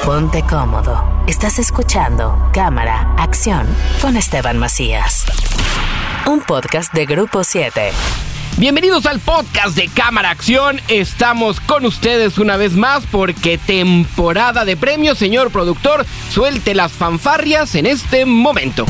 Ponte cómodo. Estás escuchando Cámara, Acción con Esteban Macías. Un podcast de Grupo 7. Bienvenidos al podcast de Cámara Acción. Estamos con ustedes una vez más porque temporada de premios. Señor productor, suelte las fanfarrias en este momento.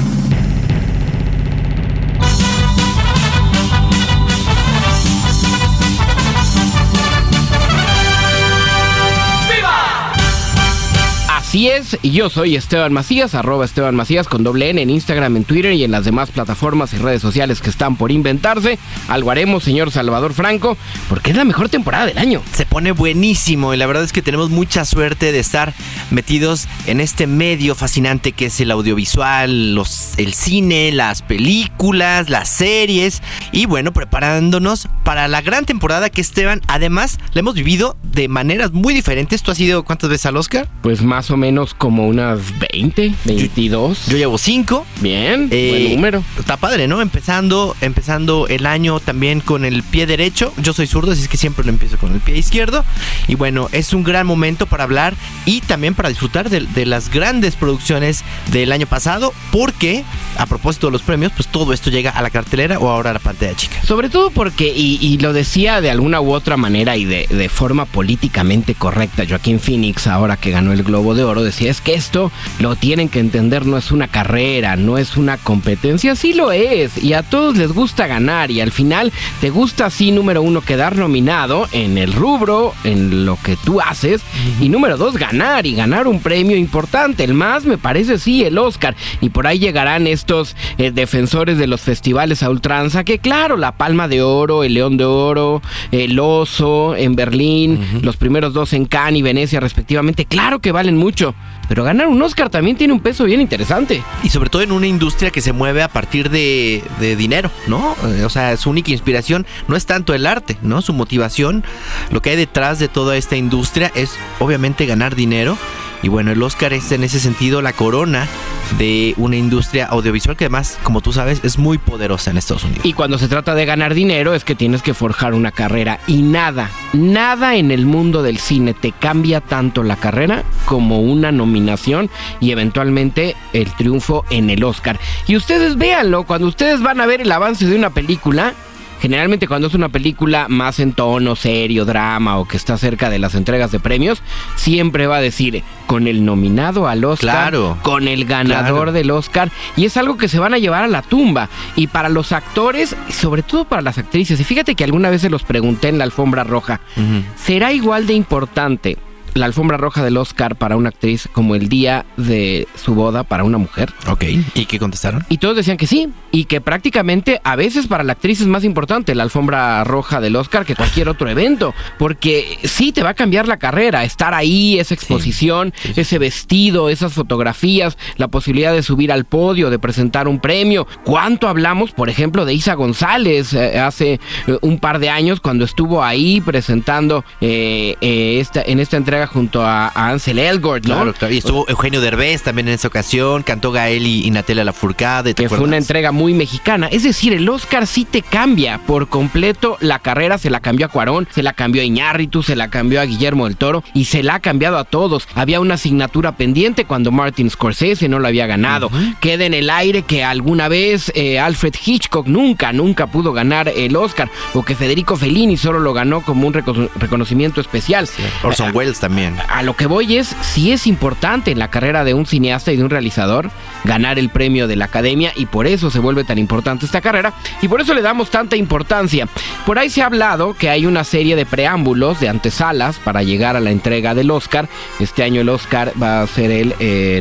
Así es, yo soy Esteban Macías, @Esteban Macías con doble N en Instagram, en Twitter y en las demás plataformas y redes sociales que están por inventarse. Algo haremos, señor Salvador Franco, porque es la mejor temporada del año. Se pone buenísimo y la verdad es que tenemos mucha suerte de estar metidos en este medio fascinante que es el audiovisual, el cine, las películas, las series y bueno, preparándonos para la gran temporada que Esteban, además, la hemos vivido de maneras muy diferentes. ¿Tú has ido cuántas veces al Oscar? Pues más o menos como unas 20, 22. Yo llevo 5. Bien, buen número. Está padre, ¿no? Empezando el año también con el pie derecho. Yo soy zurdo, así es que siempre lo empiezo con el pie izquierdo. Y bueno, es un gran momento para hablar y también para disfrutar de las grandes producciones del año pasado, porque a propósito de los premios, pues todo esto llega a la cartelera o ahora a la pantalla chica. Sobre todo porque, y lo decía de alguna u otra manera y de forma políticamente correcta, Joaquín Phoenix, ahora que ganó el Globo de Oro, decía, es que esto lo tienen que entender, no es una carrera, no es una competencia. Sí lo es, y a todos les gusta ganar, y al final te gusta, sí, número uno, quedar nominado en el rubro, en lo que tú haces, y número dos, ganar, y ganar un premio importante. El más, me parece, sí, el Oscar, y por ahí llegarán estos defensores de los festivales a ultranza, que claro, la Palma de Oro, el León de Oro, el Oso en Berlín, los primeros dos en Cannes y Venecia respectivamente, claro que valen mucho, pero ganar un Oscar también tiene un peso bien interesante. Y sobre todo en una industria que se mueve a partir de dinero, ¿no? O sea, su única inspiración no es tanto el arte, ¿no? Su motivación, lo que hay detrás de toda esta industria es obviamente ganar dinero. Y bueno, el Oscar es en ese sentido la corona de una industria audiovisual que además, como tú sabes, es muy poderosa en Estados Unidos. Y cuando se trata de ganar dinero es que tienes que forjar una carrera, y nada en el mundo del cine te cambia tanto la carrera como una nominación y eventualmente el triunfo en el Oscar. Y ustedes véanlo, cuando ustedes van a ver el avance de una película, generalmente cuando es una película más en tono serio, drama o que está cerca de las entregas de premios, siempre va a decir con el nominado al Oscar, claro, con el ganador del Oscar, y es algo que se van a llevar a la tumba. Y para los actores, sobre todo para las actrices, y fíjate que alguna vez se los pregunté en la alfombra roja, ¿será igual de importante la alfombra roja del Oscar para una actriz como el día de su boda para una mujer? Ok, ¿y qué contestaron? Y todos decían que sí, y que prácticamente a veces para la actriz es más importante la alfombra roja del Oscar que cualquier otro evento, porque sí te va a cambiar la carrera, estar ahí, esa exposición, sí. Ese vestido, esas fotografías, la posibilidad de subir al podio, de presentar un premio. ¿Cuánto hablamos, por ejemplo, de Isa González hace un par de años cuando estuvo ahí presentando en esta entrega junto a Ansel Elgort, ¿no? Claro. Y estuvo Eugenio Derbez también en esa ocasión, cantó Gael y Natalia Lafourcade, que fue una entrega muy mexicana. Es decir, el Oscar sí te cambia por completo la carrera. Se la cambió a Cuarón, se la cambió a Iñárritu, se la cambió a Guillermo del Toro y se la ha cambiado a todos. Había una asignatura pendiente cuando Martin Scorsese no lo había ganado. Queda en el aire que alguna vez Alfred Hitchcock nunca pudo ganar el Oscar, o que Federico Fellini solo lo ganó como un reconocimiento especial. Sí. Orson Welles también. A lo que voy es, sí es importante en la carrera de un cineasta y de un realizador ganar el premio de la Academia, y por eso se vuelve tan importante esta carrera y por eso le damos tanta importancia. Por ahí se ha hablado que hay una serie de preámbulos, de antesalas para llegar a la entrega del Oscar. Este año el Oscar va a ser el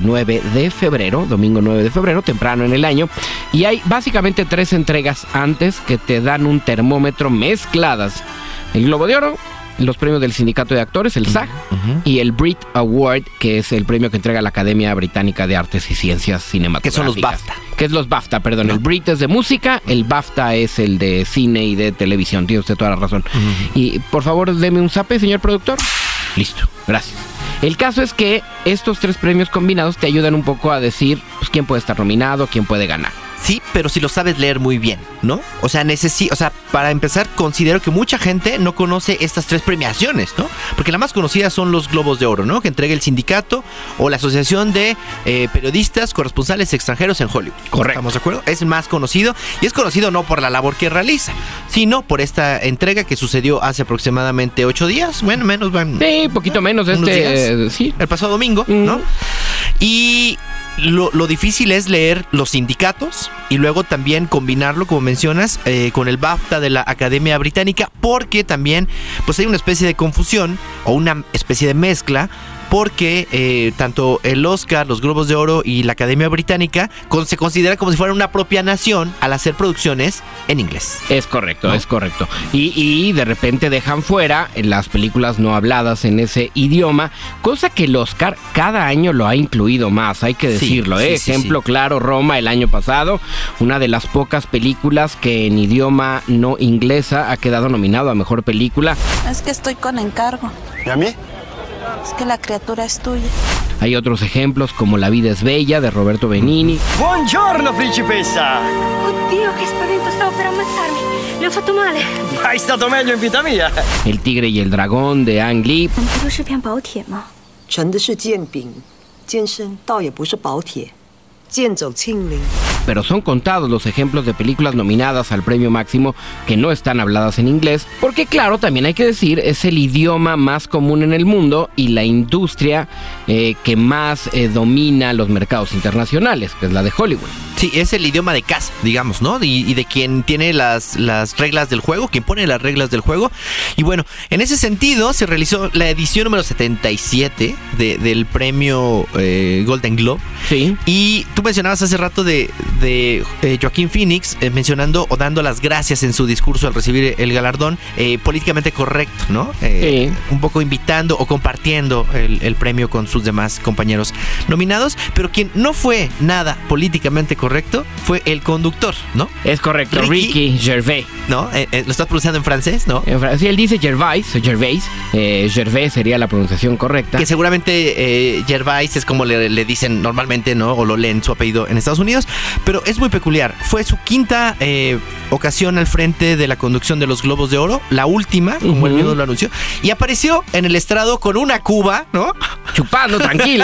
9 de febrero, domingo 9 de febrero, temprano en el año, y hay básicamente 3 entregas antes que te dan un termómetro mezcladas: el Globo de Oro, los premios del Sindicato de Actores, el SAG, y el Brit Award, que es el premio que entrega la Academia Británica de Artes y Ciencias Cinematográficas. Que son los BAFTA. Que es los BAFTA, perdón. No. El Brit es de música, el BAFTA es el de cine y de televisión. Tiene usted toda la razón. Y por favor, deme un zape, señor productor. Listo, gracias. El caso es que estos 3 premios combinados te ayudan un poco a decir pues, quién puede estar nominado, quién puede ganar. Sí, pero si lo sabes leer muy bien, ¿no? O sea, para empezar, considero que mucha gente no conoce estas 3 premiaciones, ¿no? Porque la más conocida son los Globos de Oro, ¿no? Que entrega el sindicato o la Asociación de Periodistas Corresponsales Extranjeros en Hollywood. Correcto. ¿Estamos de acuerdo? Es el más conocido, y es conocido no por la labor que realiza, sino por esta entrega que sucedió hace aproximadamente 8 días. Bueno, menos van. Sí, poquito menos. Sí. El pasado domingo, ¿no? Y lo difícil es leer los sindicatos y luego también combinarlo, como mencionas, con el BAFTA de la Academia Británica, porque también pues hay una especie de confusión o una especie de mezcla, porque tanto el Oscar, los Globos de Oro y la Academia Británica se considera como si fuera una propia nación al hacer producciones en inglés. Es correcto, ¿no? Es correcto. Y de repente dejan fuera las películas no habladas en ese idioma, cosa que el Oscar cada año lo ha incluido más, hay que decirlo. Sí, Ejemplo claro, Roma el año pasado, una de las pocas películas que en idioma no inglesa ha quedado nominado a Mejor Película. Es que estoy con encargo. ¿Y a mí? Es que la criatura es tuya. Hay otros ejemplos como La vida es bella de Roberto Benigni. Buongiorno, principessa! Oddio, che spavento, stavo per ammazzarmi. Le ho fatto male. Hai stato meglio in vita mia. El tigre y el dragón de Ang Lee. 不都是片薄铁吗？ 盛的是剑柄，剑身倒也不是薄铁，剑走轻灵。 Pero son contados los ejemplos de películas nominadas al premio máximo que no están habladas en inglés, porque claro, también hay que decir, es el idioma más común en el mundo y la industria que más domina los mercados internacionales, que es la de Hollywood. Sí, es el idioma de casa, digamos, ¿no? Y de quien tiene las reglas del juego, quien pone las reglas del juego. Y bueno, en ese sentido se realizó la edición número 77 del premio Golden Globe. Sí. Y tú mencionabas hace rato de Joaquín Phoenix mencionando o dando las gracias en su discurso al recibir el galardón, políticamente correcto, ¿no? Sí. Un poco invitando o compartiendo el premio con sus demás compañeros nominados, pero quien no fue nada políticamente correcto fue el conductor, ¿no? Es correcto, Ricky Gervais. ¿No? ¿Lo estás pronunciando en francés, no? Sí, él dice Gervais. Gervais sería la pronunciación correcta. Que seguramente Gervais es como le dicen normalmente, ¿no? O lo leen su apellido en Estados Unidos. Pero es muy peculiar. Fue su quinta ocasión al frente de la conducción de los Globos de Oro. La última, como él mismo lo anunció. Y apareció en el estrado con una cuba, ¿no? Chupando, tranquilo.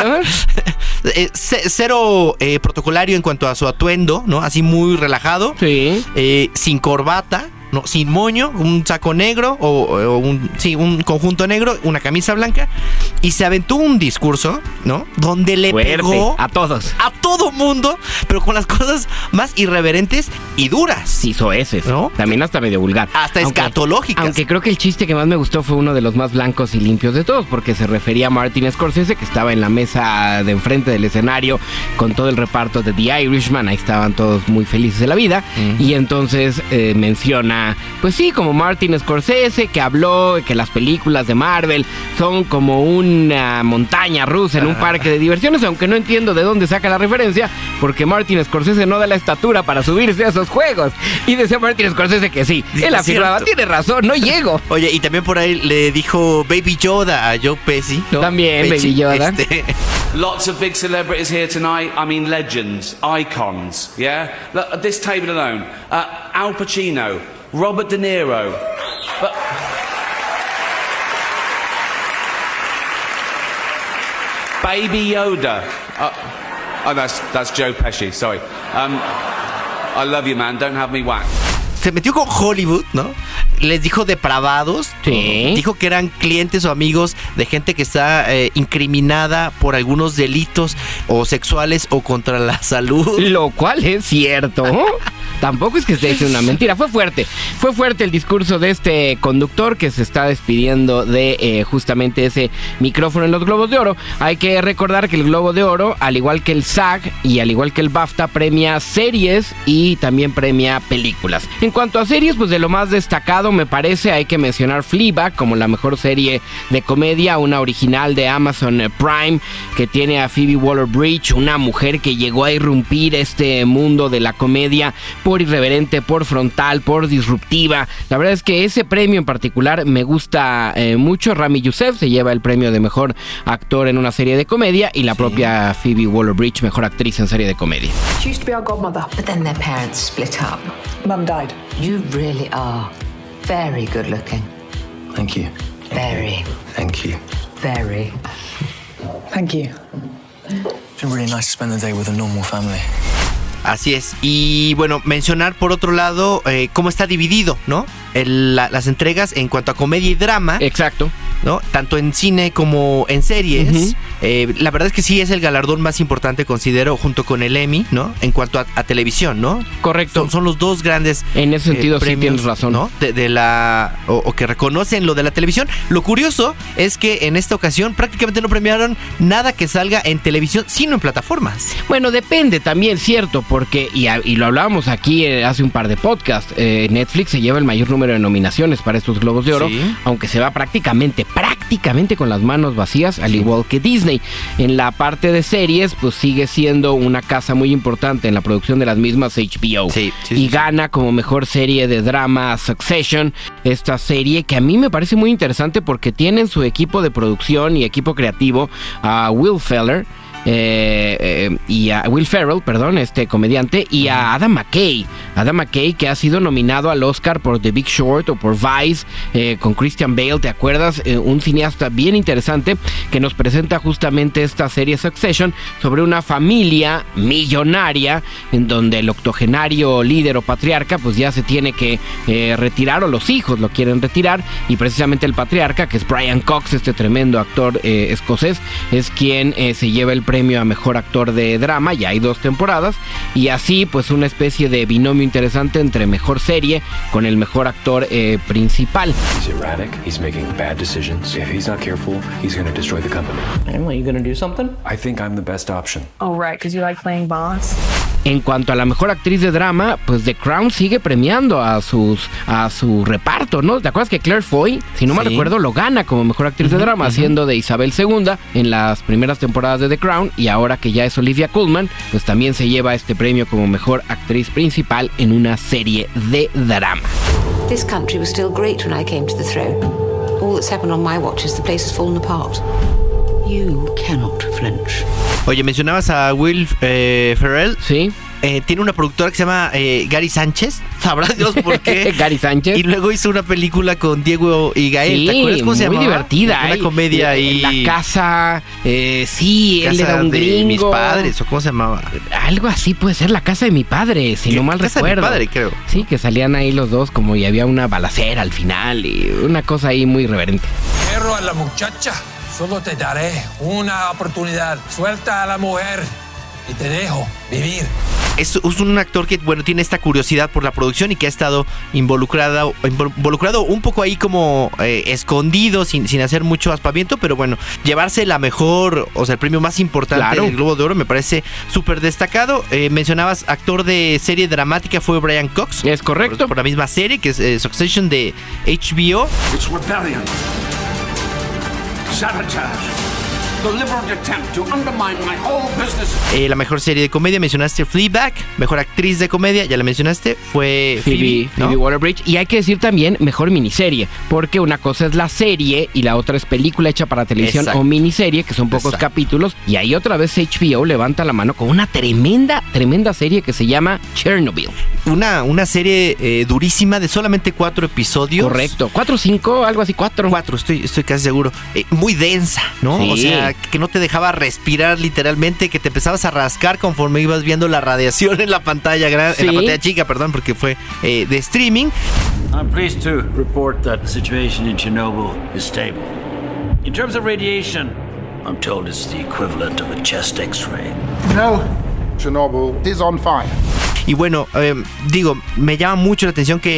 Cero protocolario en cuanto a su atuendo, ¿no? Así muy relajado. Sí. Sin corbata. No, sin moño, un saco negro o un conjunto negro, una camisa blanca, y se aventó un discurso, ¿no? Donde le pegó a todos, a todo mundo, pero con las cosas más irreverentes y duras. Sí, soeces, ¿no? También hasta medio vulgar. Hasta escatológicas. Aunque creo que el chiste que más me gustó fue uno de los más blancos y limpios de todos, porque se refería a Martin Scorsese, que estaba en la mesa de enfrente del escenario con todo el reparto de The Irishman. Ahí estaban todos muy felices de la vida. Y entonces menciona, pues sí, como Martin Scorsese, que habló que las películas de Marvel son como una montaña rusa en un parque de diversiones, aunque no entiendo de dónde saca la referencia, porque Martin Scorsese no da la estatura para subirse a esos juegos. Y decía Martin Scorsese que sí. Él afirmaba, tiene razón, no llego. Oye, y también por ahí le dijo Baby Yoda a Joe Pesci, ¿no? También Baby Yoda. Lots of big celebrities here tonight. I mean, legends, icons, yeah? Look, at this table alone, Al Pacino, Robert De Niro. Baby Yoda. That's Joe Pesci, sorry. I love you, man. Don't have me whacked. Se metió con Hollywood, ¿no? Les dijo depravados. Sí. Dijo que eran clientes o amigos de gente que está incriminada por algunos delitos o sexuales o contra la salud. Lo cual es cierto. Tampoco es que esté diciendo una mentira. Fue fuerte el discurso de este conductor que se está despidiendo de justamente ese micrófono en los Globos de Oro. Hay que recordar que el Globo de Oro, al igual que el SAG y al igual que el BAFTA, premia series y también premia películas. En cuanto a series, pues de lo más destacado me parece hay que mencionar Fleabag como la mejor serie de comedia, una original de Amazon Prime que tiene a Phoebe Waller-Bridge, una mujer que llegó a irrumpir este mundo de la comedia por irreverente, por frontal, por disruptiva. La verdad es que ese premio en particular me gusta mucho. Rami Youssef se lleva el premio de mejor actor en una serie de comedia y la propia Phoebe Waller-Bridge, mejor actriz en serie de comedia. She used to be our godmother, but then their parents split up. Mum died. You really are very good looking. Thank you. Very. Thank you. Very. Thank you. It's been really nice to spend the day with a normal family. Así es. Y bueno, mencionar por otro lado cómo está dividido, ¿no? Las entregas en cuanto a comedia y drama. Exacto. ¿No? Tanto en cine como en series. La verdad es que sí es el galardón más importante, considero, junto con el Emmy, ¿no? En cuanto a televisión, ¿no? Correcto. Son los dos grandes en ese sentido premios, sí tienes razón, ¿no? De la o que reconocen lo de la televisión. Lo curioso es que en esta ocasión prácticamente no premiaron nada que salga en televisión, sino en plataformas. Bueno, depende también, cierto, porque y lo hablábamos aquí hace un par de podcasts. Netflix se lleva el mayor número de nominaciones para estos Globos de Oro, sí, aunque se va prácticamente con las manos vacías, al igual que Disney. En la parte de series, pues sigue siendo una casa muy importante en la producción de las mismas HBO. Y gana como mejor serie de drama Succession, esta serie que a mí me parece muy interesante porque tiene en su equipo de producción y equipo creativo a Will Ferrell, este comediante, y a Adam McKay, que ha sido nominado al Oscar por The Big Short o por Vice, con Christian Bale, ¿te acuerdas? Un cineasta bien interesante que nos presenta justamente esta serie Succession sobre una familia millonaria en donde el octogenario líder o patriarca pues ya se tiene que retirar, o los hijos lo quieren retirar, y precisamente el patriarca, que es Brian Cox, este tremendo actor escocés, es quien se lleva el premio a mejor actor de drama. Ya hay 2 temporadas y así pues una especie de binomio interesante entre mejor serie con el mejor actor principal. He's erratic, he's making bad decisions. If he's not careful, he's going to destroy the company. Emily, you going to do something? I think I'm the best option. Oh, right, because you like playing boss. En cuanto a la mejor actriz de drama, pues The Crown sigue premiando a su reparto, ¿no? ¿Te acuerdas que Claire Foy, si no mal recuerdo, lo gana como mejor actriz de drama, haciendo de Isabel II en las primeras temporadas de The Crown, y ahora que ya es Olivia Colman, pues también se lleva este premio como mejor actriz principal en una serie de drama. This country was still great when I came to the throne. All that's happened on my watch is the place has fallen apart. You cannot flinch. Oye, mencionabas a Will Ferrell. Sí. Tiene una productora que se llama Gary Sánchez. Sabrá Dios por qué. Gary Sánchez. Y luego hizo una película con Diego y Gael. Sí, ¿te acuerdas cómo se llamaba? Muy divertida. Una comedia ahí. En la casa. Sí, casa él era un gringo. De mis padres, ¿o cómo se llamaba? Algo así puede ser, La casa de mi padre, si no mal recuerdo. Casa de mi padre, creo. Sí, que salían ahí los dos como y había una balacera al final y una cosa ahí muy irreverente. Quiero a la muchacha. Solo te daré una oportunidad. Suelta a la mujer y te dejo vivir. Es un actor que, bueno, tiene esta curiosidad por la producción y que ha estado involucrado un poco ahí como escondido, sin hacer mucho aspaviento, pero bueno, llevarse la mejor, o sea, el premio más importante del Globo de Oro me parece súper destacado. Mencionabas actor de serie dramática, fue Brian Cox. Es correcto. Por la misma serie, que es Succession de HBO. It's rebellion. Sabotage. Deliberate attempt to undermine my whole business. La mejor serie de comedia, mencionaste Fleabag. Mejor actriz de comedia, ya la mencionaste, fue Phoebe Waller-Bridge. Y hay que decir también mejor miniserie, porque una cosa es la serie y la otra es película hecha para televisión o miniserie, que son pocos capítulos. Y ahí otra vez HBO levanta la mano con una tremenda serie que se llama Chernobyl. Una serie durísima de solamente 4 episodios. Correcto, 4 o 5, algo así, 4. 4, estoy casi seguro. Muy densa, ¿no? Sí. O sea, que no te dejaba respirar literalmente, que te empezabas a rascar conforme ibas viendo la radiación en la pantalla grande, en la pantalla chica, perdón, porque fue de streaming. I'm pleased to report that the situation in Chernobyl is stable. In terms of radiation, I'm told it's the equivalent of a chest X-ray. No, Chernobyl is on fire. Y bueno, me llama mucho la atención que los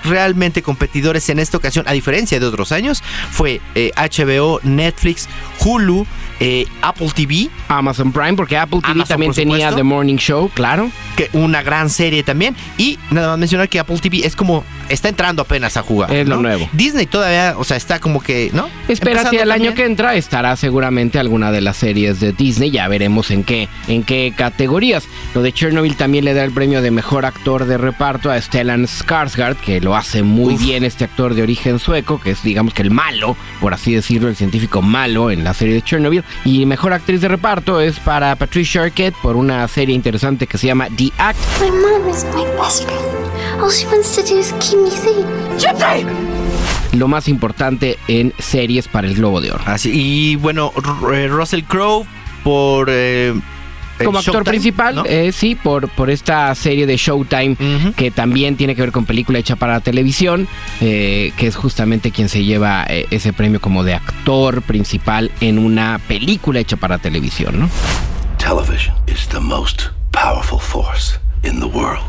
realmente competidores en esta ocasión, a diferencia de otros años, fue HBO, Netflix, Hulu, Apple TV, Amazon Prime, porque Apple TV Amazon, también tenía The Morning Show, claro. Que una gran serie también. Y nada más mencionar que Apple TV es como, está entrando apenas a jugar. Es ¿no? lo nuevo. Disney todavía, o sea, está como que, ¿no? Espérate, el año que entra estará seguramente alguna de las series de Disney. Ya veremos en qué categorías. Lo de Chernobyl también le da el premio de mejor actor de reparto a Stellan Skarsgård, que lo hace muy bien este actor de origen sueco, que es, digamos, que el malo, por así decirlo, el científico malo en la serie de Chernobyl. Y mejor actriz de reparto es para Patricia Arquette por una serie interesante que se llama The Act. My mom is my best friend. All she wants to do is keep me safe. Gypsy! Lo más importante en series para el Globo de Oro. Así, y bueno, Russell Crowe por... como actor Showtime, principal, ¿no? Sí, por esta serie de Showtime, que también tiene que ver con película hecha para televisión, que es justamente quien se lleva ese premio como de actor principal en una película hecha para televisión, ¿no? Television is the most powerful force in the world.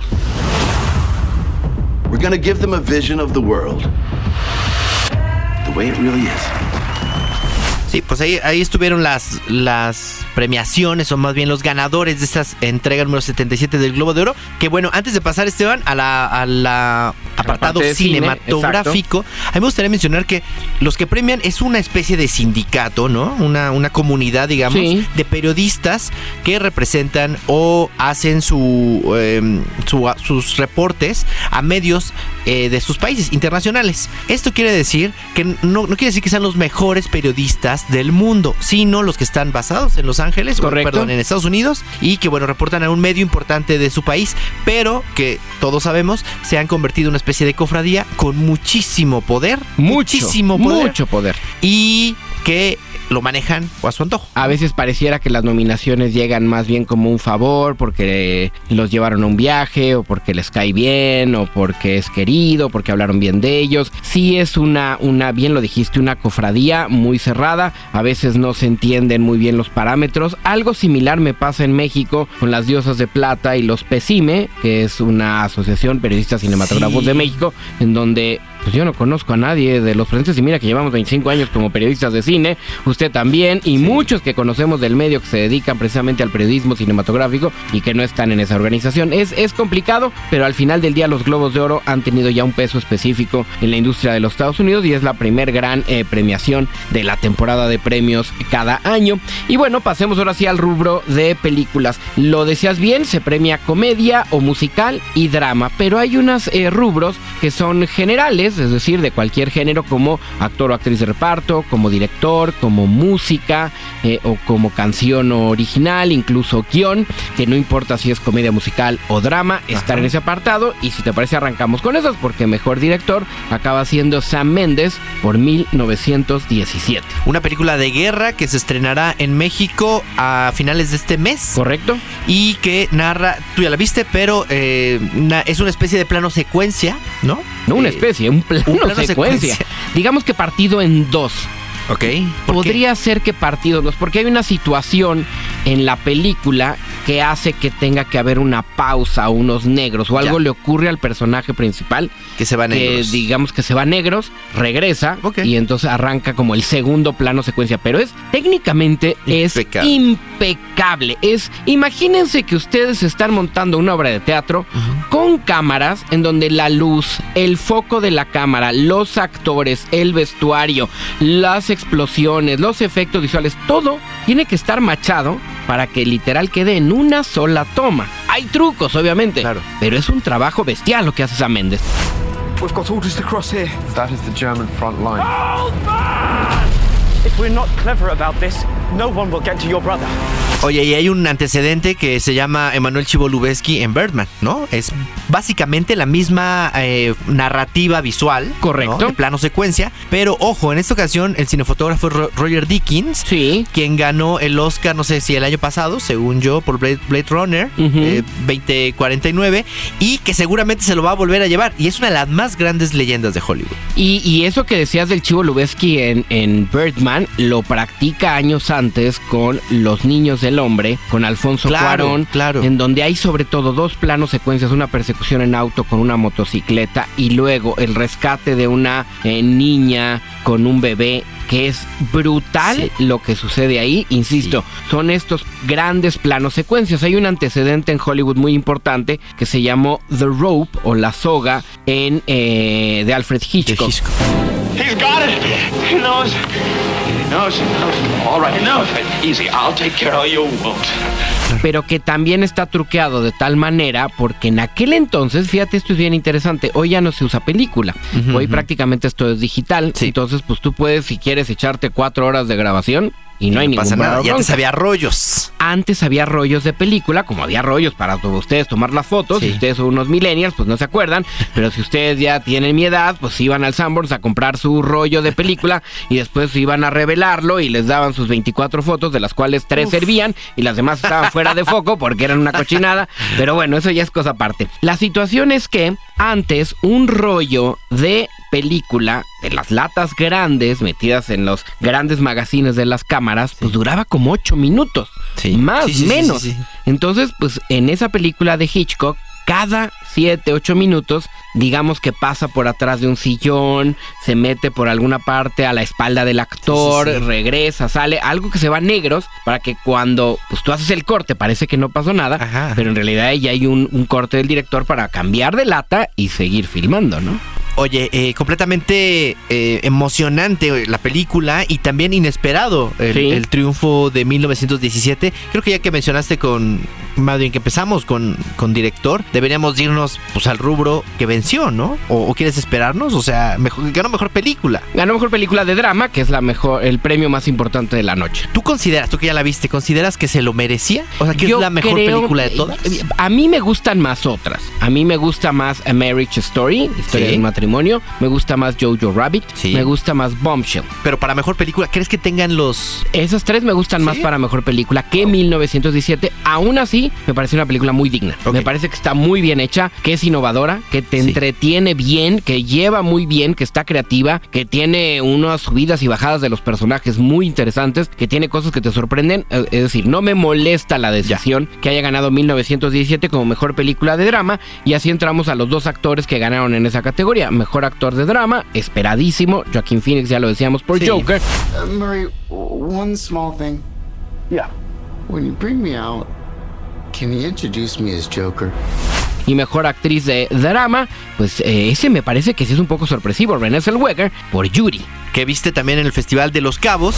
We're gonna give them a vision of the world the way it really is. Sí, pues ahí estuvieron las premiaciones, o más bien los ganadores de esta entrega número 77 del Globo de Oro. Que bueno, antes de pasar, Esteban, a la apartado cinematográfico, a mí me gustaría mencionar que los que premian es una especie de sindicato, ¿no? Una comunidad, digamos, de periodistas que representan o hacen sus reportes a medios de sus países internacionales. Esto quiere decir que no quiere decir que sean los mejores periodistas del mundo, sino los que están basados en Los Ángeles, en Estados Unidos, y que bueno, reportan a un medio importante de su país, pero que todos sabemos se han convertido en una especie de cofradía con muchísimo poder, mucho poder, y que lo manejan a su antojo. A veces pareciera que las nominaciones llegan más bien como un favor porque los llevaron a un viaje, o porque les cae bien, o porque es querido, porque hablaron bien de ellos. Sí es una bien lo dijiste, una cofradía muy cerrada. A veces no se entienden muy bien los parámetros. Algo similar me pasa en México con las Diosas de Plata y los PECIME, que es una asociación periodistas cinematógrafos de México, en donde pues yo no conozco a nadie de los presentes, y mira que llevamos 25 años como periodistas de cine, usted también, y muchos que conocemos del medio que se dedican precisamente al periodismo cinematográfico y que no están en esa organización. Es complicado, pero al final del día los Globos de Oro han tenido ya un peso específico en la industria de los Estados Unidos, y es la primer gran premiación de la temporada de premios cada año. Y bueno, pasemos ahora sí al rubro de películas. Lo decías bien, se premia comedia o musical y drama, pero hay unos rubros que son generales, es decir, de cualquier género, como actor o actriz de reparto, como director, como música, o como canción original, incluso guión, que no importa si es comedia musical o drama, estar en ese apartado. Y si te parece, arrancamos con esas, porque mejor director acaba siendo Sam Mendes por 1917. Una película de guerra que se estrenará en México a finales de este mes. Correcto. Y que narra, tú ya la viste, pero es una especie de plano secuencia, ¿no? No una especie, un plano secuencia. Digamos que partido en dos. Ok. Podría ser que partido en dos, porque hay una situación en la película que hace que tenga que haber una pausa, unos negros, o algo le ocurre al personaje principal. Que se va negros. Digamos que se va negros, regresa, y entonces arranca como el segundo plano secuencia. Pero técnicamente es impecable. Imagínense que ustedes están montando una obra de teatro con cámaras en donde la luz, el foco de la cámara, los actores, el vestuario, las explosiones, los efectos visuales, todo tiene que estar machado para que literal quede en una sola toma. Hay trucos, obviamente, pero es un trabajo bestial lo que hace Sam Mendes. We've got orders to cross here. That is the German front line. Hold back! If we're not clever about this, no one will get to your brother. Oye, y hay un antecedente que se llama Emanuel Chivo Lubezki en Birdman, ¿no? Es básicamente la misma narrativa visual. Correcto. ¿No? De plano secuencia. Pero, ojo, en esta ocasión el cinefotógrafo Roger Deakins, quien ganó el Oscar, no sé si el año pasado, según yo, por Blade Runner 2049, y que seguramente se lo va a volver a llevar. Y es una de las más grandes leyendas de Hollywood. Y eso que decías del Chivo Lubezki en Birdman, lo practica años antes con Los Niños del del hombre, con Alfonso Cuarón, en donde hay sobre todo 2 planos secuencias, una persecución en auto con una motocicleta y luego el rescate de una niña con un bebé, que es brutal lo que sucede ahí. Insisto, son estos grandes planos secuencias. Hay un antecedente en Hollywood muy importante que se llamó The Rope o La Soga de Alfred Hitchcock. He's got it. He knows. He knows. All right, enough. Easy. I'll take care of you. Won't. Pero que también está truqueado de tal manera porque en aquel entonces, fíjate, esto es bien interesante, hoy ya no se usa película, hoy prácticamente esto es digital, entonces pues tú puedes, si quieres, echarte 4 horas de grabación y no hay ningún pasa nada. Y antes bronca. había rollos. Antes había rollos de película, como había rollos para ustedes tomar las fotos. Si ustedes son unos millennials, pues no se acuerdan. Pero si ustedes ya tienen mi edad, pues iban al Sanborns a comprar su rollo de película y después iban a revelarlo y les daban sus 24 fotos, de las cuales 3 servían y las demás estaban fuera de foco porque eran una cochinada. Pero bueno, eso ya es cosa aparte. La situación es que antes un rollo de película, de las latas grandes metidas en los grandes magazines de las cámaras, pues duraba como 8 minutos, menos. Entonces, pues en esa película de Hitchcock, cada 7, 8 minutos, digamos que pasa por atrás de un sillón, se mete por alguna parte a la espalda del actor, regresa, sale, algo que se va negros para que cuando pues tú haces el corte parece que no pasó nada, pero en realidad ya hay un corte del director para cambiar de lata y seguir filmando, ¿no? Oye, completamente emocionante la película y también inesperado el triunfo de 1917. Creo que ya que mencionaste más bien que empezamos con director, deberíamos irnos pues al rubro que venció, ¿no? ¿O quieres esperarnos? O sea, ganó mejor película. Ganó mejor película de drama, que es el premio más importante de la noche. ¿Tú que ya la viste, consideras que se lo merecía? O sea, que es la mejor película de todas. A mí me gustan más otras. A mí me gusta más A Marriage Story, historia de un matrimonio. Me gusta más Jojo Rabbit. Me gusta más Bombshell. Pero para mejor película, ¿crees que tengan los...? Esas 3 me gustan más para mejor película que 1917. Aún así, me parece una película muy digna. Me parece que está muy bien hecha, que es innovadora, que te entretiene bien, que lleva muy bien, que está creativa, que tiene unas subidas y bajadas de los personajes muy interesantes, que tiene cosas que te sorprenden. Es decir, no me molesta la decisión que haya ganado 1917 como mejor película de drama, y así entramos a los 2 actores que ganaron en esa categoría. Mejor actor de drama, esperadísimo, Joaquin Phoenix, ya lo decíamos, por Joker. Murray, one small thing. Yeah. When you bring me out, can you introduce me as Joker? Y mejor actriz de drama, pues ese me parece que sí es un poco sorpresivo, Renée Zellweger por Judy. Que viste también en el Festival de Los Cabos.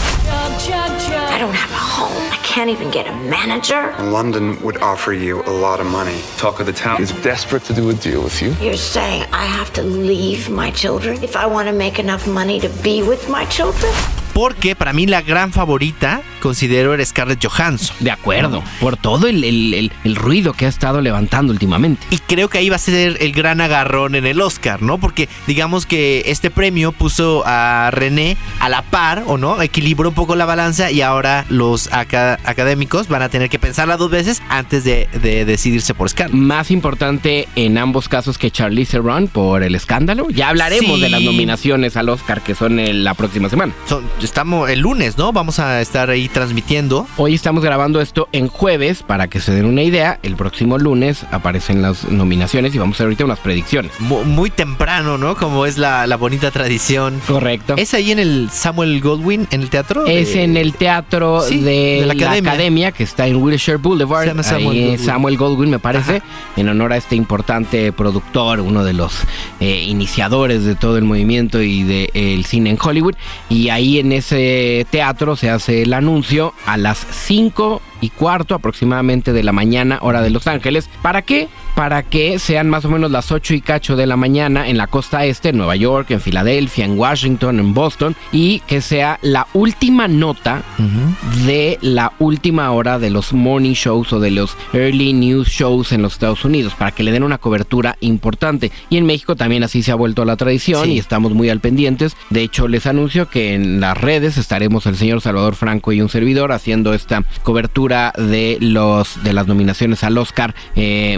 I don't have a home. I can't even get a manager. London would offer you a lot of money. Talk of the town is desperate to do a deal with you. You're saying I have to leave my children if I want to make enough money to be with my children? Porque para mí la gran favorita, considero, era Scarlett Johansson. De acuerdo, por todo el ruido que ha estado levantando últimamente. Y creo que ahí va a ser el gran agarrón en el Oscar, ¿no? Porque digamos que este premio puso a René a la par, ¿o no? Equilibró un poco la balanza y ahora los académicos van a tener que pensarla 2 veces antes de decidirse por Scarlett. Más importante en ambos casos que Charlize Theron por El Escándalo. Ya hablaremos de las nominaciones al Oscar que son la próxima semana. Estamos el lunes, ¿no? Vamos a estar ahí transmitiendo. Hoy estamos grabando esto en jueves, para que se den una idea. El próximo lunes aparecen las nominaciones y vamos a hacer ahorita unas predicciones. Muy temprano, ¿no? Como es la bonita tradición. Correcto. ¿Es ahí en el Samuel Goldwyn, en el teatro? Es en el teatro de la Academia, que está en Wilshire Boulevard. Ahí Samuel Goldwyn, me parece, en honor a este importante productor, uno de los iniciadores de todo el movimiento y del cine en Hollywood. Y ahí en ese teatro se hace el anuncio a las 5:15 aproximadamente de la mañana, hora de Los Ángeles. ¿Para qué? Para que sean más o menos las 8 y cacho de la mañana en la costa este, en Nueva York, en Filadelfia, en Washington, en Boston, y que sea la última nota de la última hora de los morning shows o de los early news shows en los Estados Unidos, para que le den una cobertura importante. Y en México también así se ha vuelto la tradición y estamos muy al pendientes. De hecho, les anuncio que en las redes estaremos el señor Salvador Franco y un servidor haciendo esta cobertura de las nominaciones al Oscar, muy pendiente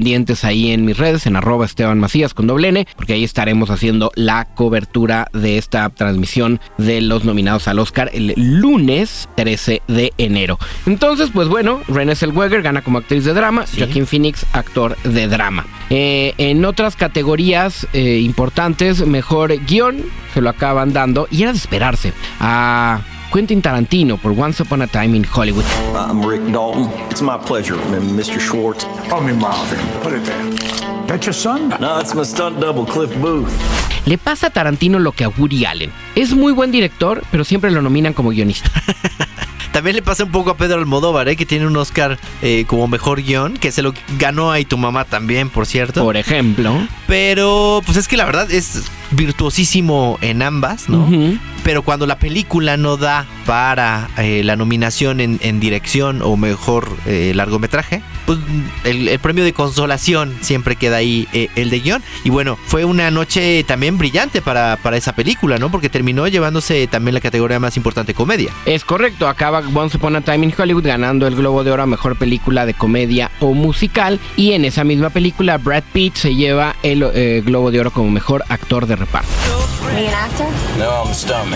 pendientes ahí en mis redes, en @EstebanMacías con @N, porque ahí estaremos haciendo la cobertura de esta transmisión de los nominados al Oscar el lunes 13 de enero. Entonces, pues bueno, Renée Zellweger gana como actriz de drama, Joaquin Phoenix, actor de drama. En otras categorías importantes, mejor guión, se lo acaban dando, y era de esperarse, a Quentin Tarantino por Once Upon a Time in Hollywood. I'm Rick Dalton. It's my pleasure, Mr. Schwartz. Call me Marvin. Put it there. That your son? No, it's my stunt double, Cliff Booth. Le pasa a Tarantino lo que a Woody Allen. Es muy buen director, pero siempre lo nominan como guionista. También le pasa un poco a Pedro Almodóvar, que tiene un Oscar como mejor guión, que se lo ganó a Y tu mamá también, por cierto. Por ejemplo. Pero, pues es que la verdad es virtuosísimo en ambas, ¿no? Pero cuando la película no da para la nominación en dirección o mejor largometraje, pues el premio de consolación siempre queda ahí, el de guión. Y bueno, fue una noche también brillante para esa película, ¿no? Porque terminó llevándose también la categoría más importante, comedia. Es correcto, acaba Once Upon a Time in Hollywood ganando el Globo de Oro a mejor película de comedia o musical, y en esa misma película Brad Pitt se lleva el Globo de Oro como mejor actor de reparto. Are you an actor? No, I'm a stuntman.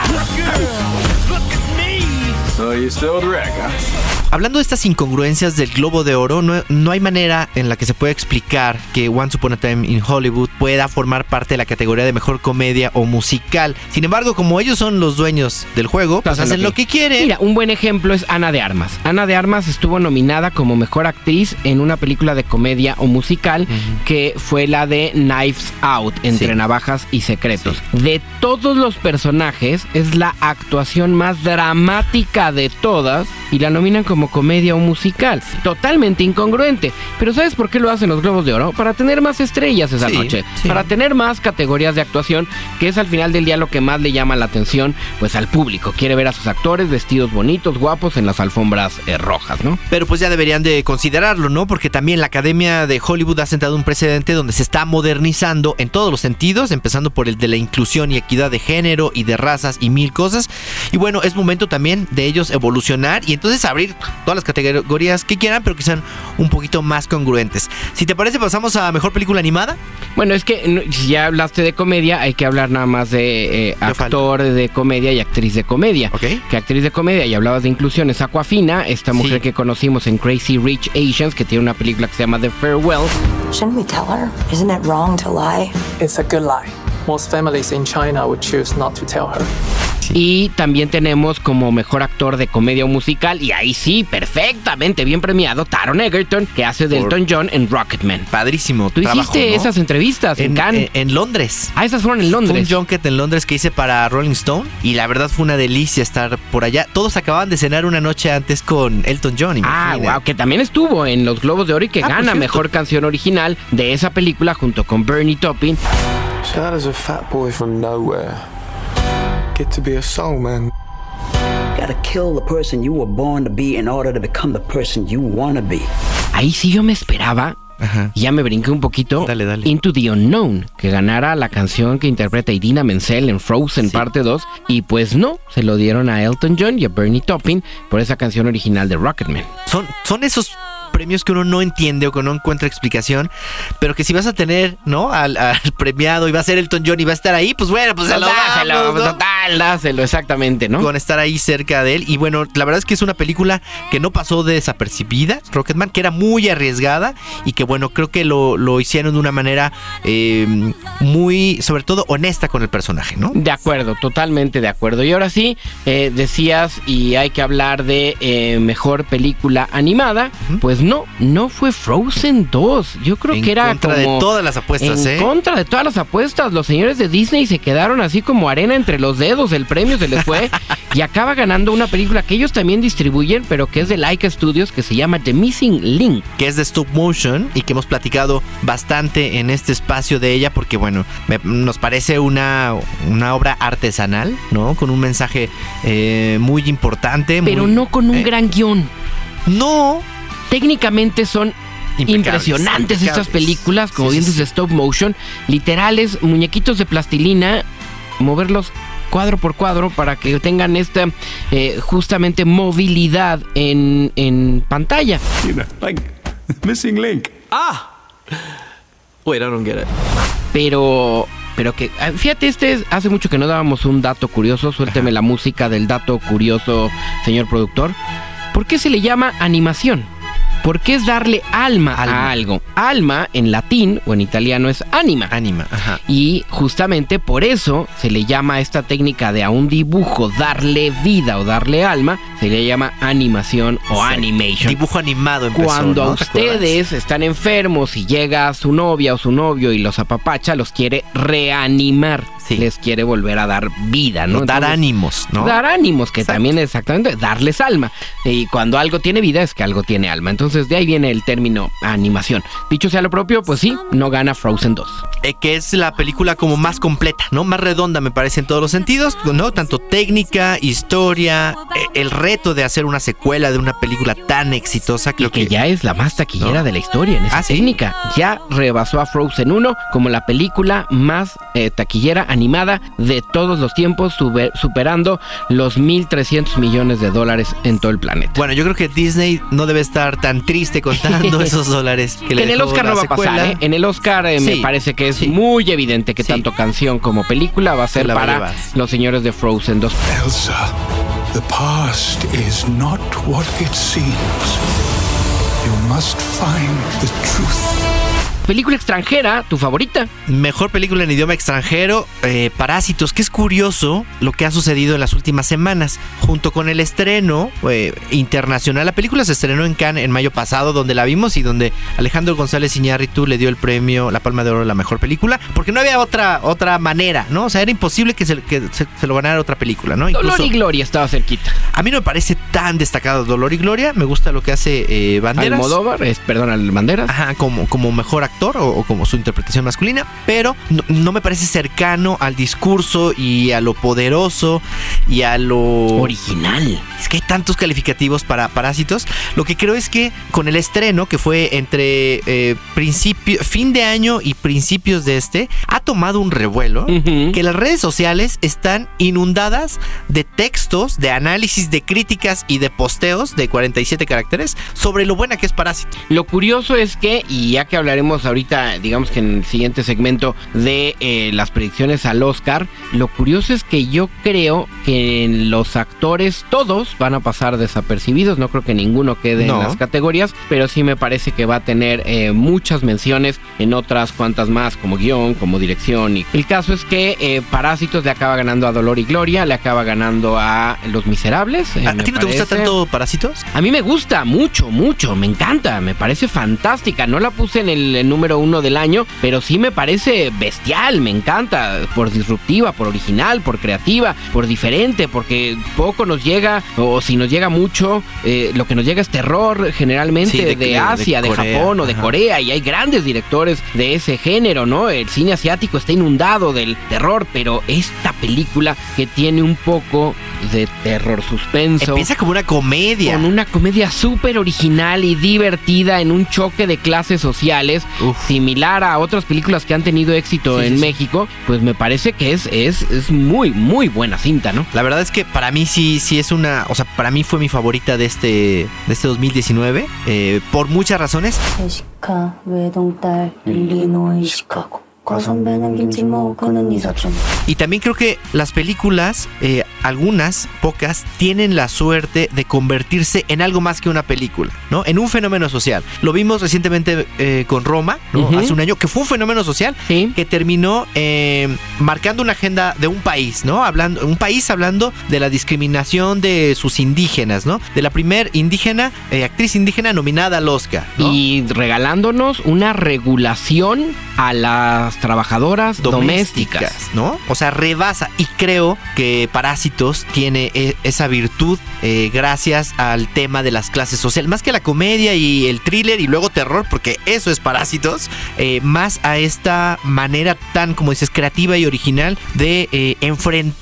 So you still Rick, huh? Hablando de estas incongruencias del Globo de Oro, no hay manera en la que se pueda explicar que Once Upon a Time in Hollywood pueda formar parte de la categoría de mejor comedia o musical. Sin embargo, como ellos son los dueños del juego, pues hacen lo que quieren. Mira, un buen ejemplo es Ana de Armas. Ana de Armas estuvo nominada como mejor actriz en una película de comedia o musical, que fue la de Knives Out, Entre Navajas y Secretos. De todos los personajes, es la actuación más dramática de todas y la nominan como comedia o musical. Totalmente incongruente. Pero ¿sabes por qué lo hacen los Globos de Oro? Para tener más estrellas esa noche. Para tener más categorías de actuación, que es al final del día lo que más le llama la atención pues al público. Quiere ver a sus actores vestidos bonitos, guapos en las alfombras rojas, ¿no? Pero pues ya deberían de considerarlo, ¿no? Porque también la Academia de Hollywood ha sentado un precedente donde se está modernizando en todos los sentidos, empezando por el de la inclusión y equidad de género y de razas y mil cosas. Y bueno, es momento también de ellos evolucionar y entonces abrir todas las categorías que quieran, pero que sean un poquito más congruentes. Si te parece, pasamos a mejor película animada. Bueno, es que si ya hablaste de comedia, hay que hablar nada más de actor de comedia y actriz de comedia. Que actriz de comedia, y hablabas de inclusión, es Awkwafina, esta mujer que conocimos en Crazy Rich Asians, que tiene una película que se llama The Farewell. Shouldn't we tell her? Isn't it wrong to lie? It's a good lie. Most families in China would choose not to tell her. Y también tenemos como mejor actor de comedia o musical, y ahí sí, perfectamente bien premiado, Taron Egerton, que hace de Elton John en Rocketman. Padrísimo. Tú hiciste esas entrevistas en Cannes. En Londres. Ah, esas fueron en Londres. Fue un junket en Londres que hice para Rolling Stone, y la verdad fue una delicia estar por allá. Todos acababan de cenar una noche antes con Elton John. Imagínate. Ah, wow, que también estuvo en los Globos de Oro y que gana mejor canción original de esa película junto con Bernie Taupin. Chad is a fat boy from nowhere. Get to be a soul man. Gotta kill the person you were born to be in order to become the person you want to be. Ahí sí yo me esperaba, ya me brinqué un poquito, dale. Into the Unknown, que ganara la canción que interpreta Idina Menzel en Frozen parte 2, y pues no, se lo dieron a Elton John y a Bernie Taupin por esa canción original de Rocketman. Son esos premios que uno no entiende o que no encuentra explicación, pero que si vas a tener, ¿no? Al premiado y va a ser Elton John y va a estar ahí, pues bueno, pues dáselo, exactamente, ¿no? Con estar ahí cerca de él. Y bueno, la verdad es que es una película que no pasó desapercibida, Rocketman, que era muy arriesgada y que bueno, creo que lo hicieron de una manera muy, sobre todo, honesta con el personaje, ¿no? De acuerdo, totalmente de acuerdo. Y ahora sí, decías, y hay que hablar de mejor película animada, pues no fue Frozen 2. Yo creo que era como... En contra de todas las apuestas, En contra de todas las apuestas. Los señores de Disney se quedaron así como arena entre los dedos. El premio se les fue y acaba ganando una película que ellos también distribuyen, pero que es de Laika Studios, que se llama The Missing Link. Que es de stop motion y que hemos platicado bastante en este espacio de ella porque, bueno, nos parece una obra artesanal, ¿no? Con un mensaje muy importante. Pero no con un gran guión. No. Técnicamente son impresionantes estas películas, como bien dice stop motion, literales, muñequitos de plastilina, moverlos cuadro por cuadro para que tengan esta justamente movilidad en pantalla. Like Missing Link. Wait, I don't get it. Pero que, fíjate, hace mucho que no dábamos un dato curioso. Suélteme la música del dato curioso, señor productor. ¿Por qué se le llama animación? ¿Por qué es darle alma a algo? Alma en latín o en italiano es anima. Anima, ajá. Y justamente por eso se le llama a esta técnica de a un dibujo darle vida o darle alma, se le llama animación o animation. Dibujo animado empezó, Cuando ¿no? a ustedes están enfermos y llega su novia o su novio y los apapacha, los quiere reanimar. Sí. Les quiere volver a dar vida, ¿no? Dar ánimos, ¿no? Dar ánimos, que también es exactamente darles alma. Y cuando algo tiene vida es que algo tiene alma. Entonces de ahí viene el término animación. Dicho sea lo propio, pues sí, no gana Frozen 2. Que es la película como más completa, ¿no? Más redonda, me parece, en todos los sentidos, ¿no? Tanto técnica, historia, el reto de hacer una secuela de una película tan exitosa. Creo que ya es la más taquillera, ¿no?, de la historia en esa técnica. Ya rebasó a Frozen 1 como la película más taquillera animada de todos los tiempos, superando los $1,300 millones en todo el planeta. Bueno, yo creo que Disney no debe estar tan triste contando esos dólares que le en el Oscar no va a pasar, ¿eh? En el Oscar me parece que es muy evidente que tanto canción como película va a ser para los señores de Frozen 2. Elsa, the past is not what it seems. You must find the truth. Película extranjera, ¿tu favorita? Mejor película en idioma extranjero, Parásitos, que es curioso lo que ha sucedido en las últimas semanas. Junto con el estreno internacional, la película se estrenó en Cannes en mayo pasado, donde la vimos y donde Alejandro González Iñárritu le dio el premio, la Palma de Oro, a la mejor película, porque no había otra manera, ¿no? O sea, era imposible que se lo ganara otra película, ¿no? Incluso, Dolor y Gloria estaba cerquita. A mí no me parece tan destacado Dolor y Gloria, me gusta lo que hace Banderas. Banderas. Ajá, como mejor actor o como su interpretación masculina, pero no me parece cercano al discurso y a lo poderoso y a lo original. Es que hay tantos calificativos para Parásitos. Lo que creo es que con el estreno, que fue entre fin de año y principios de ha tomado un revuelo, que las redes sociales están inundadas de textos, de análisis, de críticas y de posteos de 47 caracteres sobre lo buena que es Parásito. Lo curioso es que, y ya que hablaremos ahorita, digamos que en el siguiente segmento de las predicciones al Oscar, lo curioso es que yo creo que los actores todos van a pasar desapercibidos, no creo que ninguno quede en las categorías, pero sí me parece que va a tener muchas menciones en otras cuantas más, como guión, como dirección. Y el caso es que Parásitos le acaba ganando a Dolor y Gloria, le acaba ganando a Los Miserables. ¿A ti no te gusta tanto Parásitos? A mí me gusta mucho, me encanta, me parece fantástica. No la puse en el número 1 del año, pero sí me parece bestial, me encanta, por disruptiva, por original, por creativa, por diferente, porque poco nos llega, o si nos llega mucho, lo que nos llega es terror generalmente de Asia, de Corea, Japón o de Corea, y hay grandes directores de ese género, ¿no? El cine asiático está inundado del terror, pero esta película que tiene un poco de terror suspenso. Empieza como una comedia. Con una comedia súper original y divertida en un choque de clases sociales, similar a otras películas que han tenido éxito en México, pues me parece que es muy, muy buena cinta, ¿no? La verdad es que para mí sí es una, o sea, para mí fue mi favorita de este 2019, por muchas razones. Y también creo que las películas, algunas, pocas, tienen la suerte de convertirse en algo más que una película, ¿no? En un fenómeno social. Lo vimos recientemente con Roma, ¿no? Hace un año, que fue un fenómeno social que terminó marcando una agenda de un país, ¿no? Un país hablando de la discriminación de sus indígenas, ¿no? De la primer actriz indígena nominada al Oscar, ¿no? Y regalándonos una regulación a las trabajadoras domésticas, ¿no? O sea, rebasa, y creo que Parásitos tiene esa virtud gracias al tema de las clases sociales, más que la comedia y el thriller y luego terror, porque eso es Parásitos, más a esta manera tan, como dices, creativa y original de enfrentar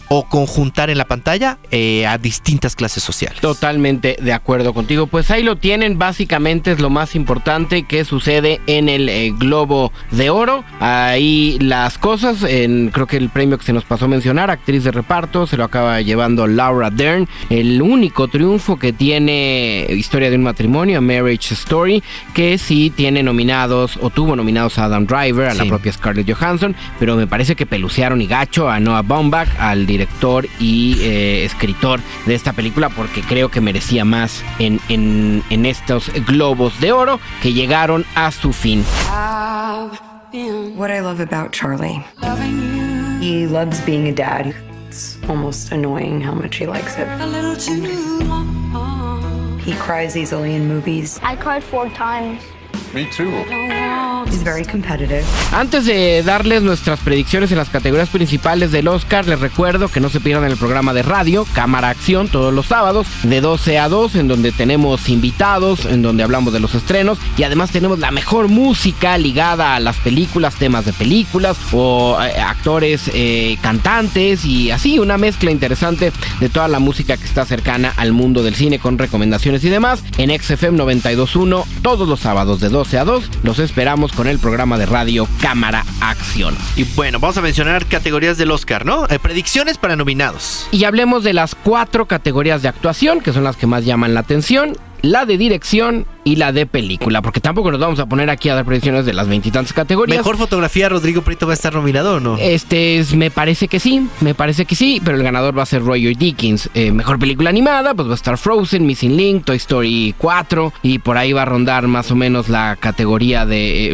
o conjuntar en la pantalla a distintas clases sociales. Totalmente de acuerdo contigo. Pues ahí lo tienen, básicamente es lo más importante que sucede en el Globo de Oro. Ahí las cosas, creo que el premio que se nos pasó a mencionar, actriz de reparto, se lo acaba llevando Laura Dern. El único triunfo que tiene Historia de un matrimonio, A Marriage Story, que sí tiene nominados, o tuvo nominados a Adam Driver, a la propia Scarlett Johansson, pero me parece que pelucearon y gacho a Noah Baumbach, al director y escritor de esta película, porque creo que merecía más en estos Globos de Oro que llegaron a su fin. What I love about Charlie, he loves being a dad. It's almost annoying how much he likes it. A little too long. He cries easily in movies. I cried 4 times. Me too. He's very competitive. Antes de darles nuestras predicciones en las categorías principales del Oscar, les recuerdo que no se pierdan el programa de radio Cámara Acción todos los sábados de 12 a 2, en donde tenemos invitados, en donde hablamos de los estrenos y además tenemos la mejor música ligada a las películas, temas de películas o actores, cantantes y así una mezcla interesante de toda la música que está cercana al mundo del cine con recomendaciones y demás en XFM 92.1 todos los sábados de 12 a 2. Los esperamos con el programa de radio Cámara Acción. Y bueno, vamos a mencionar categorías del Oscar, ¿no? Predicciones para nominados. Y hablemos de las 4 categorías de actuación, que son las que más llaman la atención. La de dirección y la de película, porque tampoco nos vamos a poner aquí a dar predicciones de las 20 y tantas categorías. ¿Mejor fotografía Rodrigo Prieto va a estar nominado o no? Me parece que sí, pero el ganador va a ser Roger Deakins. Mejor película animada, pues va a estar Frozen, Missing Link, Toy Story 4, y por ahí va a rondar más o menos la categoría de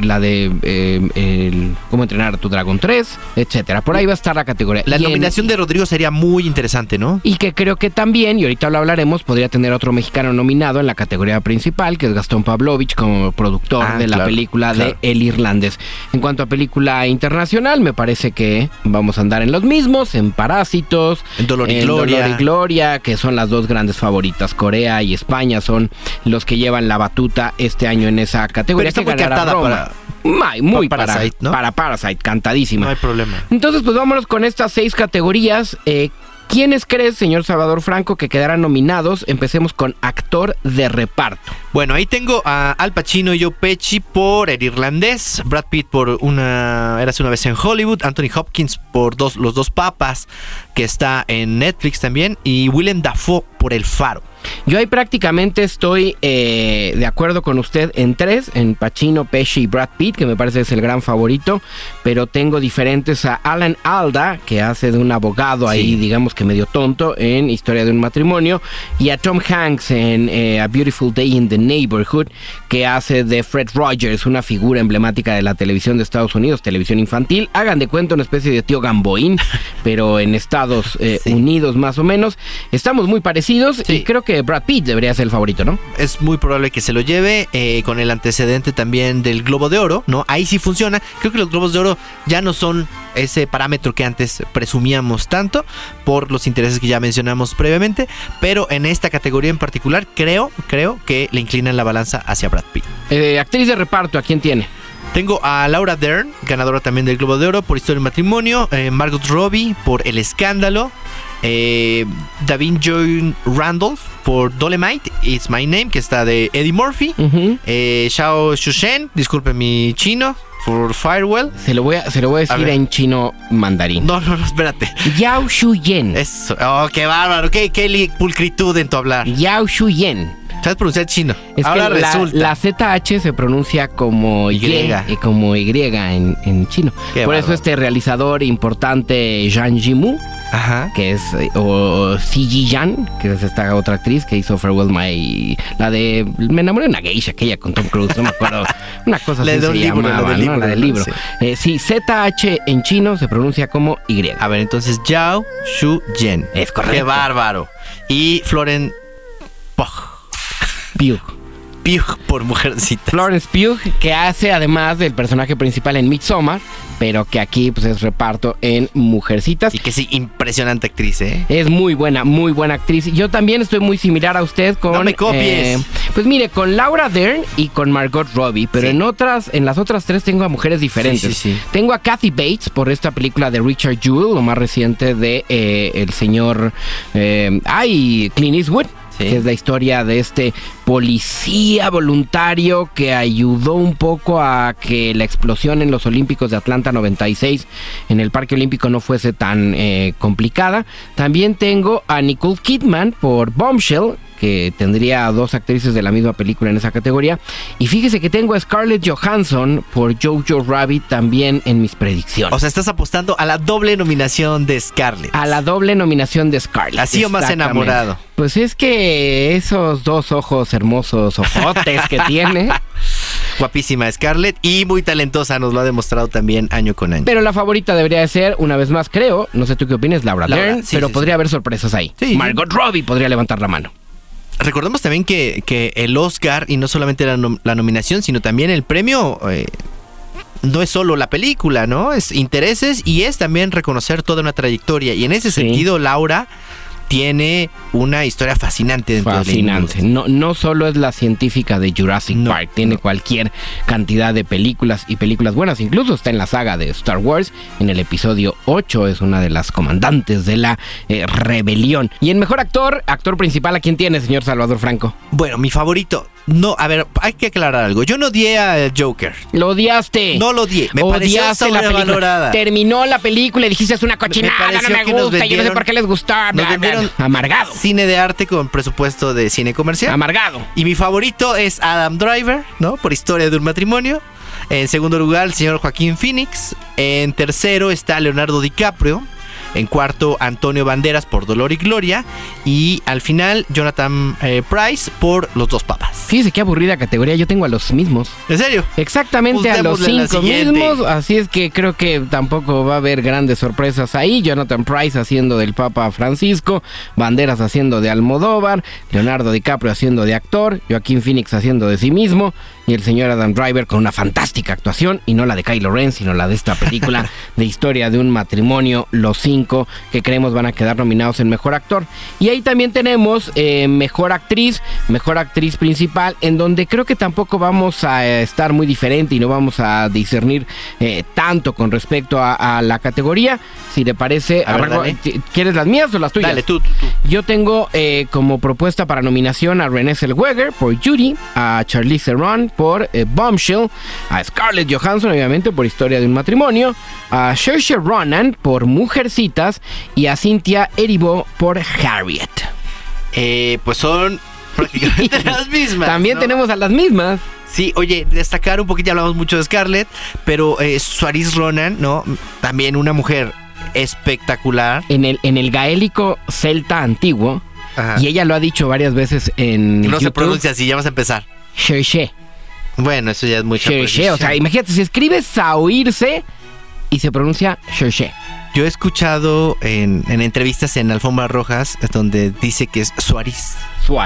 Cómo entrenar a tu dragón 3, etcétera. Por ahí va a estar la categoría. La nominación de Rodrigo sería muy interesante, ¿no? Y que creo que también, y ahorita lo hablaremos, podría tener otro mexicano nominado en la categoría principal, que es Gastón Pavlovich como productor de la película de El Irlandés. En cuanto a película internacional, me parece que vamos a andar en los mismos, en Parásitos, en Dolor y Gloria, que son las dos grandes favoritas. Corea y España son los que llevan la batuta este año en esa categoría. Pero está muy cantada muy para Parasite, ¿no? Para Parasite, cantadísima. No hay problema. Entonces, pues vámonos con estas 6 categorías. ¿Quiénes crees, señor Salvador Franco, que quedarán nominados? Empecemos con actor de reparto. Bueno, ahí tengo a Al Pacino y Joe Pesci por El Irlandés, Brad Pitt por Érase una vez en Hollywood, Anthony Hopkins por Los dos papas, que está en Netflix también, y Willem Dafoe por El Faro. Yo ahí prácticamente estoy de acuerdo con usted en 3, en Pacino, Pesci y Brad Pitt, que me parece que es el gran favorito, pero tengo diferentes a Alan Alda, que hace de un abogado ahí, digamos que medio tonto, en Historia de un matrimonio, y a Tom Hanks en A Beautiful Day in the Neighborhood, que hace de Fred Rogers, una figura emblemática de la televisión de Estados Unidos, televisión infantil. Hagan de cuenta una especie de tío Gamboín, pero en Estados Unidos más o menos. Estamos muy parecidos y creo que Brad Pitt debería ser el favorito, ¿no? Es muy probable que se lo lleve, con el antecedente también del Globo de Oro, ¿no? Ahí sí funciona. Creo que los Globos de Oro ya no son ese parámetro que antes presumíamos tanto por los intereses que ya mencionamos previamente, pero en esta categoría en particular creo que le inclinan la balanza hacia Brad Pitt. Actriz de reparto, ¿a quién tiene? Tengo a Laura Dern, ganadora también del Globo de Oro por Historia del matrimonio, Margot Robbie por El escándalo, Davin Joy Randolph por Dolemite, It's My Name, que está de Eddie Murphy, Xiao Shushen, disculpe mi chino, por Firewall. Se lo voy a decir en chino mandarín. No, espérate. Yao Shuyen. Eso. Oh, qué bárbaro. Qué pulcritud en tu hablar. Yao Shuyen. ¿Sabes pronunciar chino? Es ahora que resulta. La ZH se pronuncia como Y y como Y en chino. Por eso este realizador importante, Zhang Yimou, que es, o Si Yi-yan, que es esta otra actriz que hizo Farewell My, la de Me enamoré de una geisha, aquella con Tom Cruise, no me acuerdo, una cosa así se llamaba, ¿no? La del libro. Sí, ZH en chino se pronuncia como Y. A ver, entonces Yao Shu-yen. Es correcto. Qué bárbaro. Y Florence Pugh por Mujercitas. Florence Pugh, que hace además del personaje principal en Midsommar, pero que aquí pues es reparto en Mujercitas. Y que sí, impresionante actriz, ¿eh? Es muy buena actriz. Yo también estoy muy similar a usted con... No me copies. Pues mire, con Laura Dern y con Margot Robbie, pero en las otras tres tengo a mujeres diferentes. Sí. Tengo a Kathy Bates por esta película de Richard Jewell, lo más reciente de el señor Clint Eastwood. Sí. Que es la historia de este policía voluntario que ayudó un poco a que la explosión en los Olímpicos de Atlanta 96 en el Parque Olímpico no fuese tan complicada. También tengo a Nicole Kidman por Bombshell, que tendría dos actrices de la misma película en esa categoría. Y fíjese que tengo a Scarlett Johansson por Jojo Rabbit también en mis predicciones. O sea, estás apostando a la doble nominación de Scarlett. A la doble nominación de Scarlett. Así o más enamorado. Pues es que esos dos ojos hermosos, ojotes que tiene. Guapísima Scarlett y muy talentosa, nos lo ha demostrado también año con año. Pero la favorita debería de ser, una vez más creo, no sé tú qué opinas, Laura Dern, pero podría haber sorpresas ahí. Sí. Margot Robbie podría levantar la mano. Recordemos también que el Oscar, y no solamente la nominación, sino también el premio, no es solo la película, ¿no? Es intereses y es también reconocer toda una trayectoria. Y en ese sentido, Laura tiene una historia fascinante dentro de la industria. No solo es la científica de Jurassic Park, tiene cualquier cantidad de películas y películas buenas. Incluso está en la saga de Star Wars. En el episodio 8 es una de las comandantes de la rebelión. Y en mejor actor principal, ¿a quién tiene, señor Salvador Franco? Bueno, mi favorito. No, a ver, hay que aclarar algo. Yo no odié a Joker. Lo odiaste. No lo odié. Me pareció sobrevalorada. Terminó la película y dijiste es una cochinada, no me gusta, yo no sé por qué les gustó. Amargado. Cine de arte con presupuesto de cine comercial. Amargado. Y mi favorito es Adam Driver, ¿no? Por Historia de un matrimonio. En segundo lugar, el señor Joaquín Phoenix. En tercero está Leonardo DiCaprio. En cuarto, Antonio Banderas por Dolor y Gloria. Y al final, Jonathan Pryce por Los dos papas. Fíjese qué aburrida categoría. Yo tengo a los mismos. ¿En serio? Exactamente a los 5 mismos. Así es que creo que tampoco va a haber grandes sorpresas ahí. Jonathan Pryce haciendo del Papa Francisco. Banderas haciendo de Almodóvar. Leonardo DiCaprio haciendo de actor. Joaquín Phoenix haciendo de sí mismo. Y el señor Adam Driver con una fantástica actuación. Y no la de Kylo Ren, sino la de esta película de Historia de un matrimonio. Los 5 que creemos van a quedar nominados en Mejor Actor. Y ahí también tenemos Mejor Actriz Principal, en donde creo que tampoco vamos a estar muy diferente y no vamos a discernir tanto con respecto a la categoría. Si te parece, ¿quieres las mías o las tuyas? Dale, tú. Yo tengo como propuesta para nominación a Renée Zellweger por Judy, a Charlize Theron por Bombshell, a Scarlett Johansson obviamente por Historia de un matrimonio, a Saoirse Ronan por Mujercitas y a Cynthia Erivo por Harriet. Pues son prácticamente las mismas. También tenemos a las mismas. Sí, oye, destacar un poquito, ya hablamos mucho de Scarlett, pero Saoirse Ronan, ¿no? También una mujer espectacular. En el gaélico celta antiguo, y ella lo ha dicho varias veces en no YouTube. Se pronuncia así, ya vas a empezar. Saoirse. Bueno, eso ya es mucha precisión. O sea, imagínate, se escribe Saoirse y se pronuncia Saoirse. Yo he escuchado en entrevistas en Alfombras Rojas donde dice que es Suárez.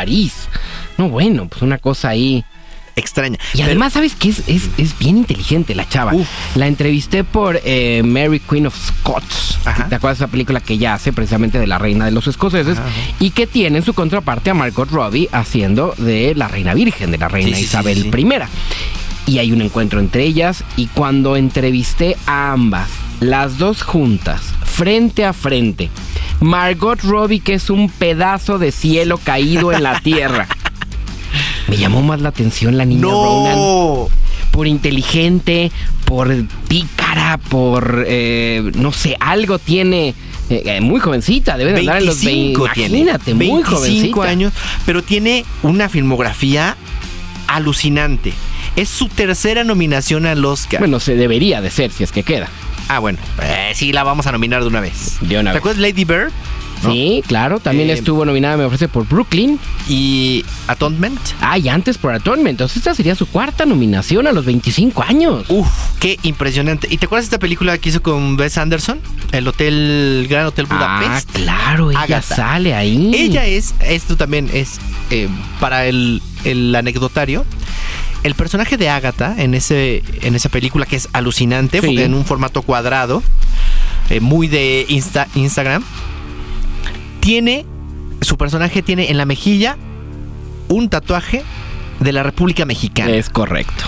No, bueno, pues una cosa ahí extraña. Y además, ¿sabes qué? Es bien inteligente la chava. La entrevisté por Mary Queen of Scots. ¿Te acuerdas de esa película que ella hace precisamente de la reina de los escoceses? Y que tiene en su contraparte a Margot Robbie haciendo de la reina virgen, de la reina Isabel I. Y hay un encuentro entre ellas, y cuando entrevisté a ambas, las dos juntas, frente a frente, Margot Robbie, que es un pedazo de cielo caído en la tierra, me llamó más la atención la niña Ronan. Por inteligente, por pícara, por no sé, algo tiene. Muy jovencita, debe de andar en los 20. Imagínate, muy jovencita. 25 años, pero tiene una filmografía alucinante. Es su tercera nominación al Oscar. Bueno, se debería de ser si es que queda. Ah, bueno, sí la vamos a nominar de una vez. ¿Te acuerdas Lady Bird? ¿No? Sí, claro, también estuvo nominada, me ofrece, por Brooklyn. ¿Y Atonement? Y antes por Atonement. Entonces esta sería su cuarta nominación a los 25 años. Qué impresionante. ¿Y te acuerdas de esta película que hizo con Wes Anderson? El Gran Hotel Budapest. Claro, ella sale ahí. Ella esto también es para el anecdotario. El personaje de Agatha en esa película, que es alucinante, en un formato cuadrado, muy de Instagram, su personaje tiene en la mejilla un tatuaje de la República Mexicana. Es correcto.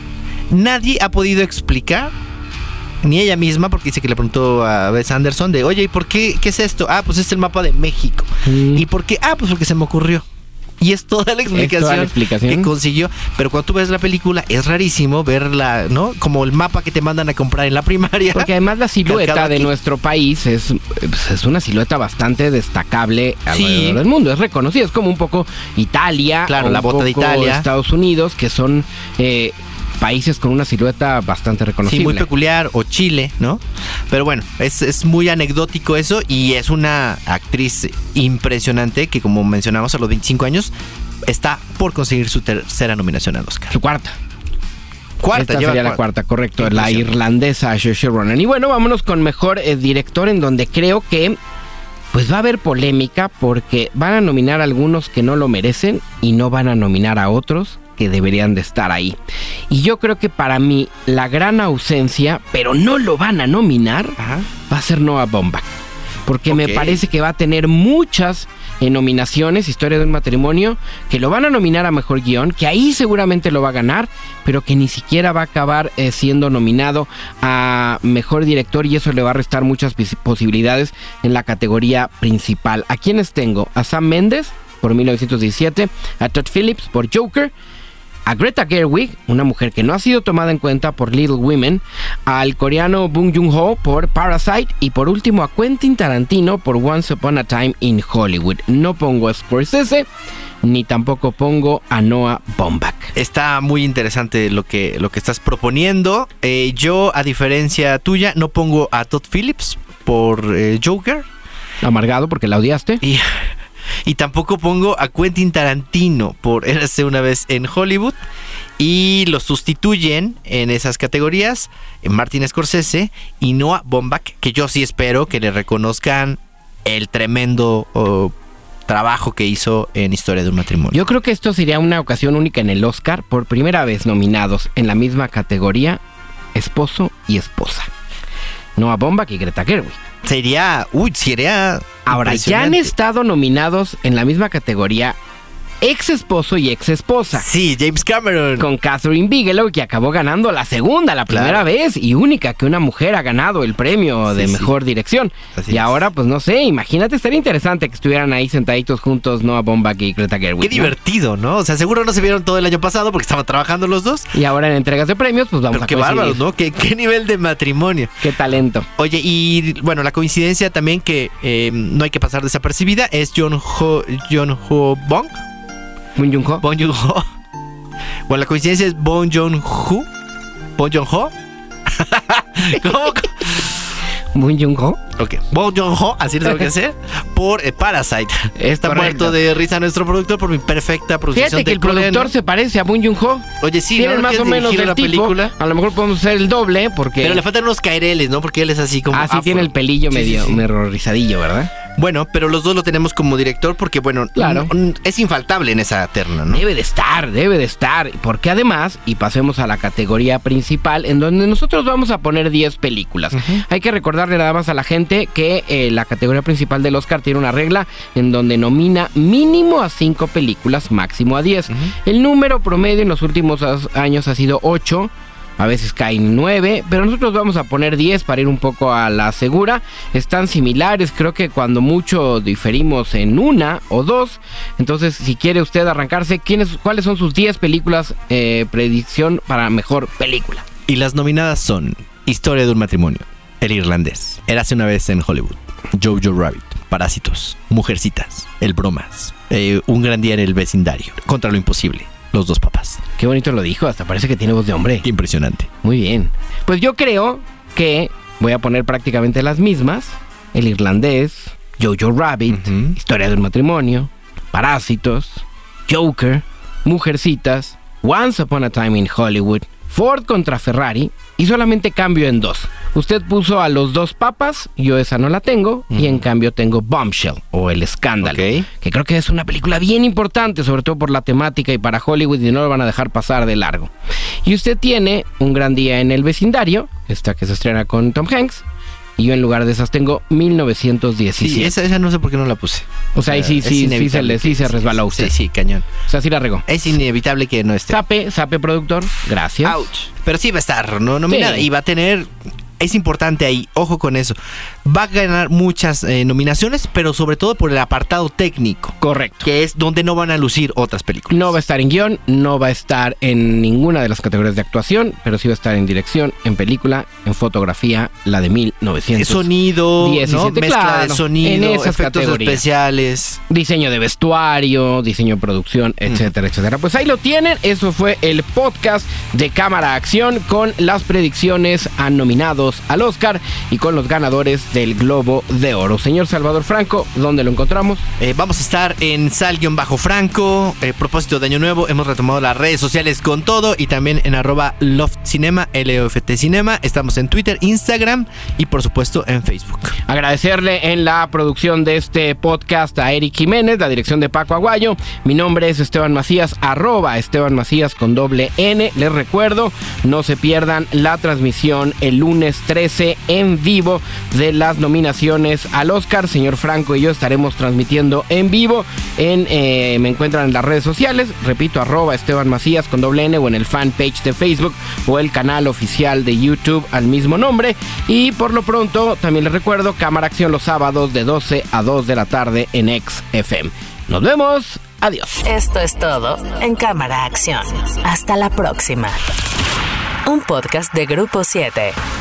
Nadie ha podido explicar, ni ella misma, porque dice que le preguntó a Wes Anderson de, oye, ¿y por qué? ¿Qué es esto? Ah, pues es el mapa de México. ¿Y por qué? Ah, pues porque se me ocurrió. Y es toda la explicación que consiguió. Pero cuando tú ves la película, es rarísimo verla, ¿no? Como el mapa que te mandan a comprar en la primaria. Porque además la silueta de nuestro país es una silueta bastante destacable alrededor del mundo. Es reconocida, es como un poco Italia, claro, la bota de Italia, Estados Unidos, que son países con una silueta bastante reconocible. Sí, muy peculiar, o Chile, ¿no? Pero bueno, es muy anecdótico eso, y es una actriz impresionante que, como mencionamos, a los 25 años está por conseguir su tercera nominación al Oscar. Su cuarta. Esta sería la cuarta, correcto. La irlandesa Saoirse Ronan. Y bueno, vámonos con mejor director, en donde creo que pues va a haber polémica, porque van a nominar a algunos que no lo merecen y no van a nominar a otros que deberían de estar ahí. Y yo creo que para mí la gran ausencia, pero no lo van a nominar, va a ser Noah Baumbach. Porque me parece que va a tener muchas nominaciones, Historia de un matrimonio, que lo van a nominar a mejor guión, que ahí seguramente lo va a ganar, pero que ni siquiera va a acabar siendo nominado a mejor director, y eso le va a restar muchas posibilidades en la categoría principal. ¿A quiénes tengo? A Sam Mendes por 1917, a Todd Phillips por Joker, a Greta Gerwig, una mujer que no ha sido tomada en cuenta por Little Women, al coreano Bong Joon-ho por Parasite, y por último a Quentin Tarantino por Once Upon a Time in Hollywood. No pongo a Scorsese, ni tampoco pongo a Noah Baumbach. Está muy interesante lo que estás proponiendo. Yo, a diferencia tuya, no pongo a Todd Phillips por Joker. Amargado porque la odiaste. Y tampoco pongo a Quentin Tarantino por Érase una vez en Hollywood. Y lo sustituyen en esas categorías Martin Scorsese y Noah Baumbach, que yo sí espero que le reconozcan el tremendo trabajo que hizo en Historia de un matrimonio. Yo creo que esto sería una ocasión única en el Oscar. Por primera vez nominados en la misma categoría esposo y esposa. Noah Baumbach y Greta Gerwig. Sería... Ahora, ya han estado nominados en la misma categoría ex esposo y ex esposa. Sí, James Cameron. Con Catherine Bigelow, que acabó ganando la primera vez y única que una mujer ha ganado el premio de mejor dirección. Así y ahora, pues no sé, imagínate, estaría interesante que estuvieran ahí sentaditos juntos Noah Baumbach y Greta Gerwig. Qué divertido, ¿no? O sea, seguro no se vieron todo el año pasado porque estaban trabajando los dos. Y ahora en entregas de premios, pues vamos a coincidir. Qué bárbaros, ¿no? ¿Qué nivel de matrimonio? Qué talento. Oye, y bueno, la coincidencia también que no hay que pasar desapercibida es Bong Joon-ho. Bueno, la coincidencia es Bong Joon-ho. ¿Cómo? Bong Joon-ho. Ok, Bong Joon-ho, así lo tengo que hacer, por Parasite. Está muerto de risa nuestro productor por mi perfecta pronunciación. Fíjate que el productor se parece a Bong Joon-ho. Oye, sí, tienen más o menos el tipo. Película. A lo mejor podemos hacer el doble, porque... Pero le faltan unos caireles, ¿no? Porque él es así como afro. Tiene el pelillo medio rizadillo, ¿verdad? Bueno, pero los dos lo tenemos como director porque, bueno, claro, es infaltable en esa terna, ¿no? Debe de estar. Porque además, y pasemos a la categoría principal, en donde nosotros vamos a poner 10 películas. Hay que recordarle nada más a la gente que la categoría principal del Oscar tiene una regla en donde nomina mínimo a 5 películas, máximo a 10. El número promedio en los últimos años ha sido 8. A veces caen 9, pero nosotros vamos a poner 10 para ir un poco a la segura. Están similares, creo que cuando mucho diferimos en una o dos. Entonces, si quiere usted arrancarse, ¿cuáles son sus 10 películas predicción para mejor película? Y las nominadas son Historia de un matrimonio, El irlandés, Érase una vez en Hollywood, Jojo Rabbit, Parásitos, Mujercitas, El bromas, Un gran día en el vecindario, Contra lo imposible, Los dos papás. Qué bonito lo dijo, hasta parece que tiene voz de hombre. Qué impresionante. Muy bien. Pues yo creo que voy a poner prácticamente las mismas. El irlandés, Jojo Rabbit, Historia de un matrimonio, Parásitos, Joker, Mujercitas, Once Upon a Time in Hollywood, Ford contra Ferrari, y solamente cambio en 2. Usted puso a Los dos papas, yo esa no la tengo, y en cambio tengo Bombshell, o El escándalo, que creo que es una película bien importante, sobre todo por la temática y para Hollywood, y no lo van a dejar pasar de largo. Y usted tiene Un gran día en el vecindario, esta que se estrena con Tom Hanks, y yo en lugar de esas tengo 1917. Sí, esa no sé por qué no la puse. O sea, ahí sí se resbaló usted. Sí, cañón. O sea, sí la regó. Es inevitable que no esté. Sape productor, gracias. Ouch. Pero sí va a estar, ¿no? Nominada, sí. Y va a tener... Es importante ahí, ojo con eso. Va a ganar muchas nominaciones, pero sobre todo por el apartado técnico. Correcto. Que es donde no van a lucir otras películas. No va a estar en guión, no va a estar en ninguna de las categorías de actuación, pero sí va a estar en dirección, en película, en fotografía, la de 1917. Sonido, ¿no? Mezcla de sonido, efectos especiales. Diseño de vestuario, diseño de producción, etcétera, etcétera. Pues ahí lo tienen. Eso fue el podcast de Cámara Acción con las predicciones a nominados al Oscar y con los ganadores del Globo de Oro. Señor Salvador Franco, ¿dónde lo encontramos? Vamos a estar en Sal-Franco. Propósito de Año Nuevo, hemos retomado las redes sociales con todo y también en @LoftCinema, LOFT Cinema. Estamos en Twitter, Instagram y por supuesto en Facebook. Agradecerle en la producción de este podcast a Eric Jiménez, la dirección de Paco Aguayo. Mi nombre es Esteban Macías, @Esteban Macías con ~N. Les recuerdo, no se pierdan la transmisión el lunes 13 en vivo de las nominaciones al Oscar. Señor Franco y yo estaremos transmitiendo en vivo. Me encuentran en las redes sociales, repito, @Esteban Macías con ~N o en el fanpage de Facebook o el canal oficial de YouTube al mismo nombre. Y por lo pronto, también les recuerdo, Cámara Acción los sábados de 12 a 2 de la tarde en XFM. Nos vemos. Adiós. Esto es todo en Cámara Acción. Hasta la próxima. Un podcast de Grupo 7.